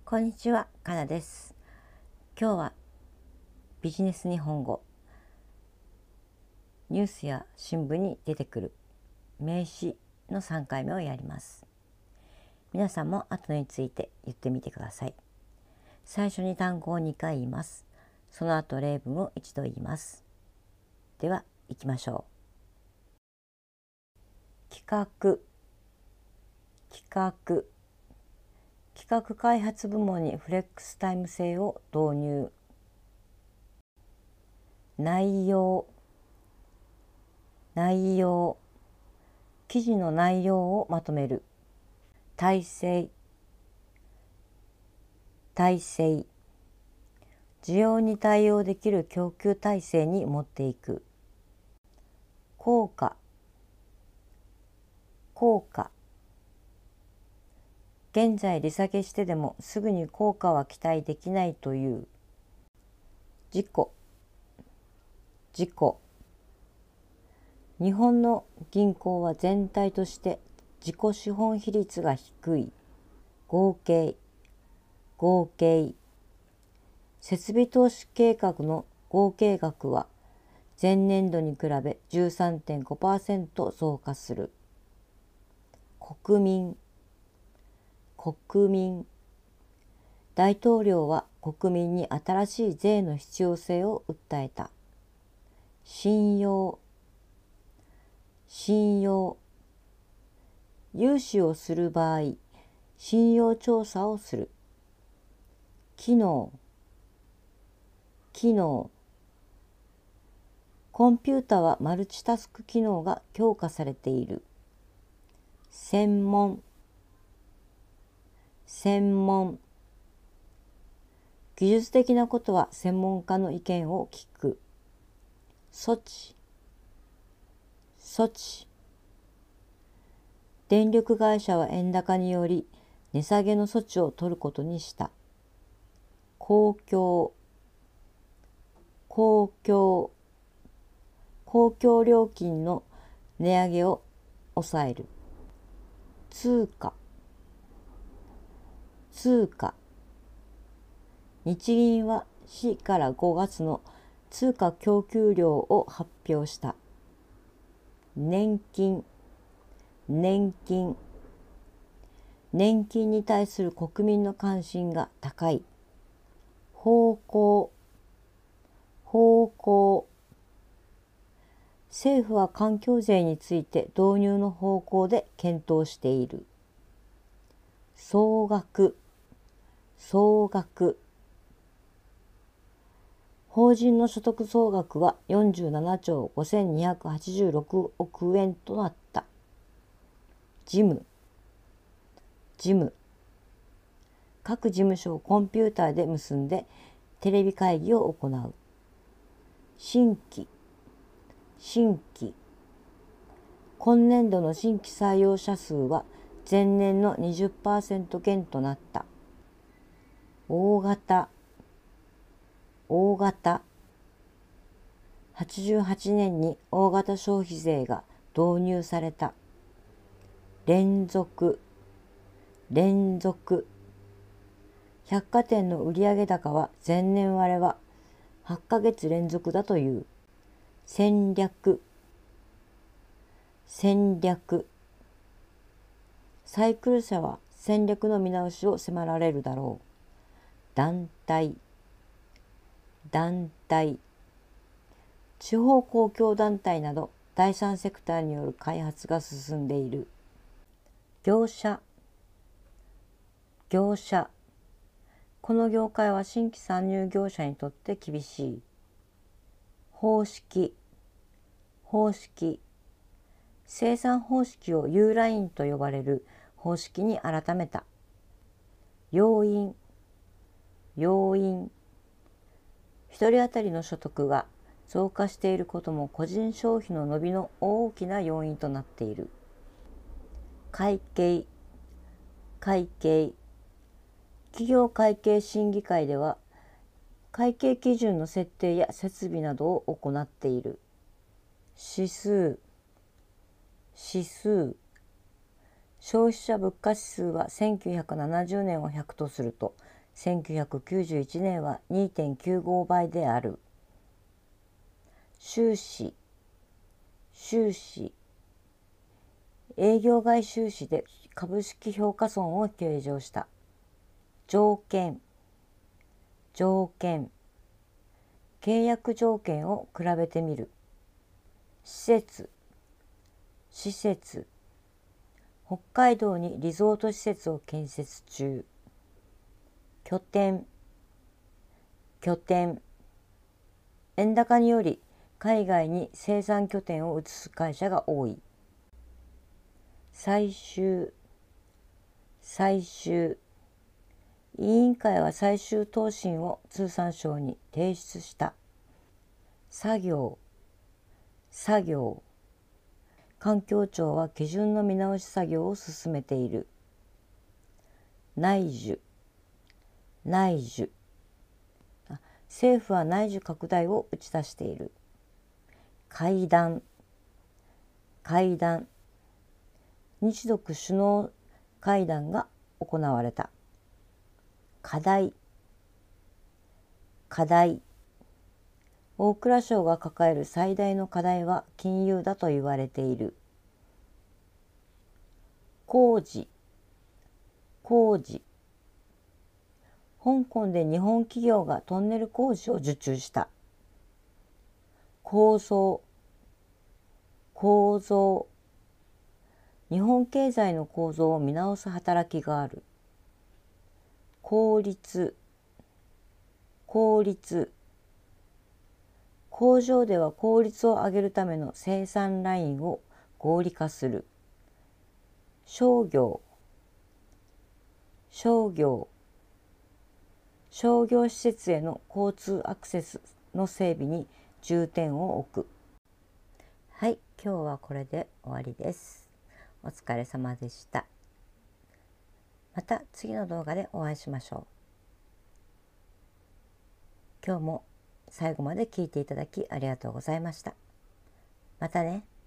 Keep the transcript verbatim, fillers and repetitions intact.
こんにちは、かなです。今日はビジネス日本語、ニュースや新聞に出てくる名詞のさんかいめをやります。皆さんも後について言ってみてください。最初に単語をにかい言います。その後例文を一度言います。では行きましょう。企画、企画、企画開発部門にフレックスタイム制を導入。内容、内容、記事の内容をまとめる。体制、体制、需要に対応できる供給体制に持っていく。効果、効果、現在利下げしてでもすぐに効果は期待できないという。事故、事故、日本の銀行は全体として自己資本比率が低い。合計、合計、設備投資計画の合計額は前年度に比べ じゅうさんてんごパーセント 増加する。国民、国民、大統領は国民に新しい税の必要性を訴えた。信用、信用、融資をする場合、信用調査をする。機能、機能、コンピュータはマルチタスク機能が強化されている。専門、専門、技術的なことは専門家の意見を聞く。措置、措置、電力会社は円高により値下げの措置を取ることにした。公共、公共、公共料金の値上げを抑える。通貨、通貨、日銀はしからごがつの通貨供給量を発表した。年金、年金、年金に対する国民の関心が高い。方向、方向、政府は環境税について導入の方向で検討している。総額、総額、法人の所得総額はよんじゅうななちょうごせんにひゃくはちじゅうろくおくえんとなった。事務、事務、各事務所をコンピューターで結んでテレビ会議を行う。新規、新規、今年度の新規採用者数は前年の にじゅっパーセント 減となった。大型、大型、はちじゅうはちねんに大型消費税が導入された。連続、連続、百貨店の売上高は前年割れははちかげつ連続だという。戦略、戦略、サイクル社は戦略の見直しを迫られるだろう。団体、団体、地方公共団体など第三セクターによる開発が進んでいる。業者、業者、この業界は新規参入業者にとって厳しい。方式、方式、生産方式を ユー ラインと呼ばれる方式に改めた。要因、要因、一人当たりの所得が増加していることも個人消費の伸びの大きな要因となっている。会計、会計、企業会計審議会では会計基準の設定や設備などを行っている。指数、指数、消費者物価指数はせんきゅうひゃくななじゅうねんをひゃくとするとせんきゅうひゃくきゅうじゅういちねんは にてんきゅうご 倍である。収支、収支、営業外収支で株式評価損を計上した。条件、条件、契約条件を比べてみる。施設、施設、北海道にリゾート施設を建設中。拠点、拠点、円高により海外に生産拠点を移す会社が多い。最終、最終、委員会は最終答申を通産省に提出した。作業、作業、環境庁は基準の見直し作業を進めている。内需、内需、政府は内需拡大を打ち出している。会談、会談、日独首脳会談が行われた。課題、課題、大蔵省が抱える最大の課題は金融だと言われている。工事、工事、香港で日本企業がトンネル工事を受注した。構造、構造、日本経済の構造を見直す働きがある。効率、効率、工場では効率を上げるための生産ラインを合理化する。商業、商業、商業施設への交通アクセスの整備に重点を置く。はい、今日はこれで終わりです。お疲れ様でした。また次の動画でお会いしましょう。今日も最後まで聞いていただきありがとうございました。またね。